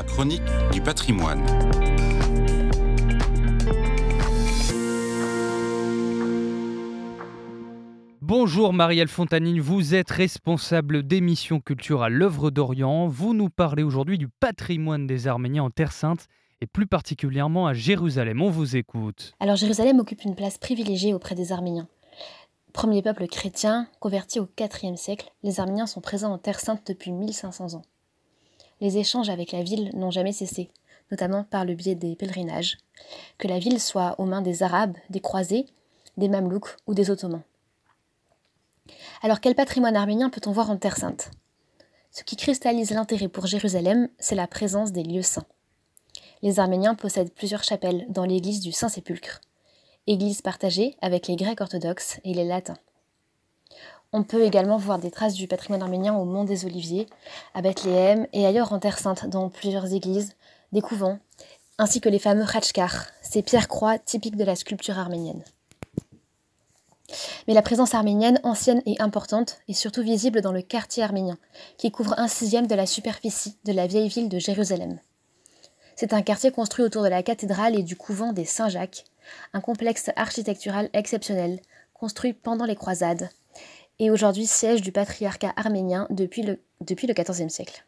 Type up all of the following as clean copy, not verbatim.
chronique du patrimoine. Bonjour Marielle Fontanine, vous êtes responsable d'émission culture à l'Œuvre d'Orient. Vous nous parlez aujourd'hui du patrimoine des Arméniens en Terre Sainte et plus particulièrement à Jérusalem. On vous écoute. Alors Jérusalem occupe une place privilégiée auprès des Arméniens. Premier peuple chrétien, converti au IVe siècle, les Arméniens sont présents en Terre Sainte depuis 1500 ans. Les échanges avec la ville n'ont jamais cessé, notamment par le biais des pèlerinages. Que la ville soit aux mains des Arabes, des croisés, des Mamelouks ou des Ottomans. Alors quel patrimoine arménien peut-on voir en Terre Sainte ? Ce qui cristallise l'intérêt pour Jérusalem, c'est la présence des lieux saints. Les Arméniens possèdent plusieurs chapelles dans l'église du Saint-Sépulcre, église partagée avec les Grecs orthodoxes et les Latins. On peut également voir des traces du patrimoine arménien au Mont des Oliviers, à Bethléem et ailleurs en Terre Sainte, dans plusieurs églises, des couvents, ainsi que les fameux khatchkars, ces pierres-croix typiques de la sculpture arménienne. Mais la présence arménienne, ancienne et importante, est surtout visible dans le quartier arménien, qui couvre 1/6 de la superficie de la vieille ville de Jérusalem. C'est un quartier construit autour de la cathédrale et du couvent des Saint-Jacques, un complexe architectural exceptionnel, construit pendant les croisades, et aujourd'hui siège du patriarcat arménien depuis le XIVe siècle.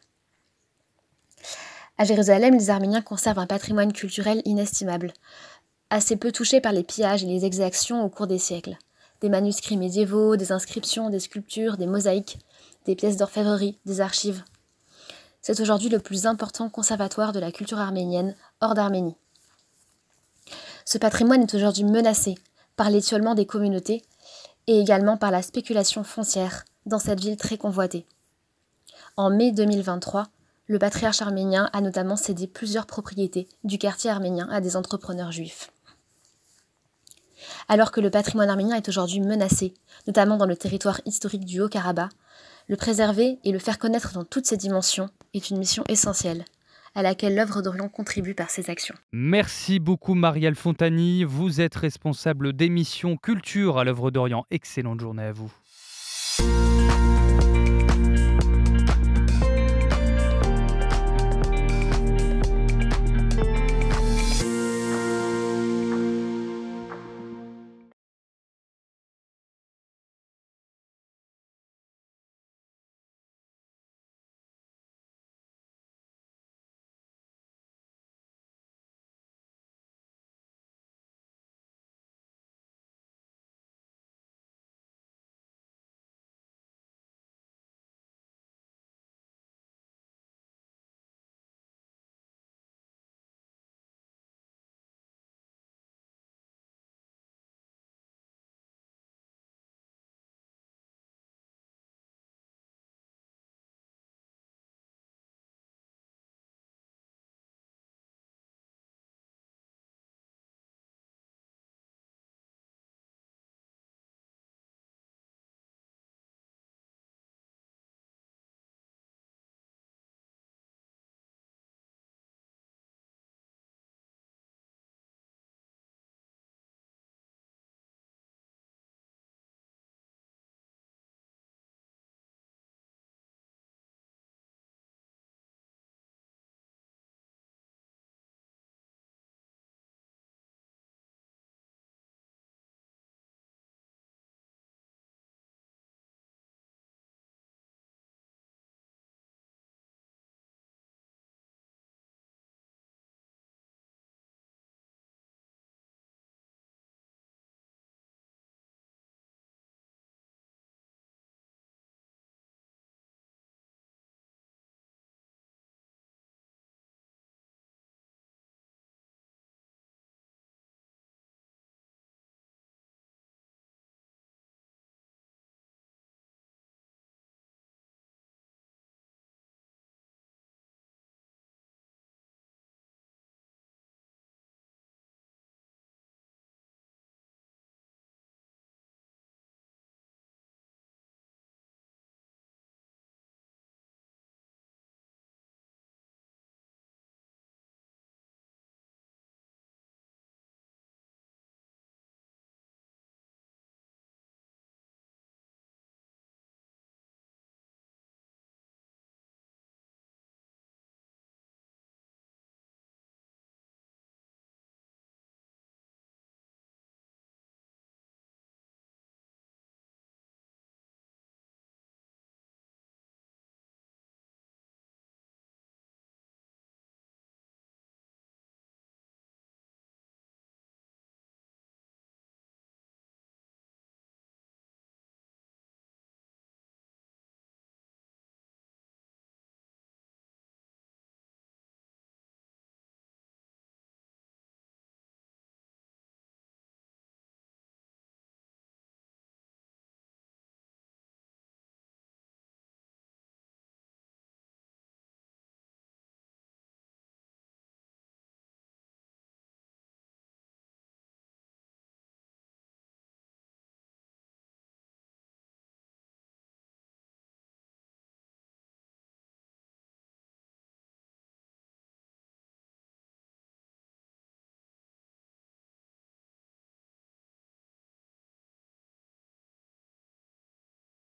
À Jérusalem, les Arméniens conservent un patrimoine culturel inestimable, assez peu touché par les pillages et les exactions au cours des siècles. Des manuscrits médiévaux, des inscriptions, des sculptures, des mosaïques, des pièces d'orfèvrerie, des archives. C'est aujourd'hui le plus important conservatoire de la culture arménienne hors d'Arménie. Ce patrimoine est aujourd'hui menacé par l'étiolement des communautés et également par la spéculation foncière dans cette ville très convoitée. En mai 2023, le patriarche arménien a notamment cédé plusieurs propriétés du quartier arménien à des entrepreneurs juifs. Alors que le patrimoine arménien est aujourd'hui menacé, notamment dans le territoire historique du Haut-Karabakh, le préserver et le faire connaître dans toutes ses dimensions est une mission essentielle, à laquelle l'Œuvre d'Orient contribue par ses actions. Merci beaucoup Marielle Fontanine, vous êtes responsable d'émission culture à l'Œuvre d'Orient. Excellente journée à vous.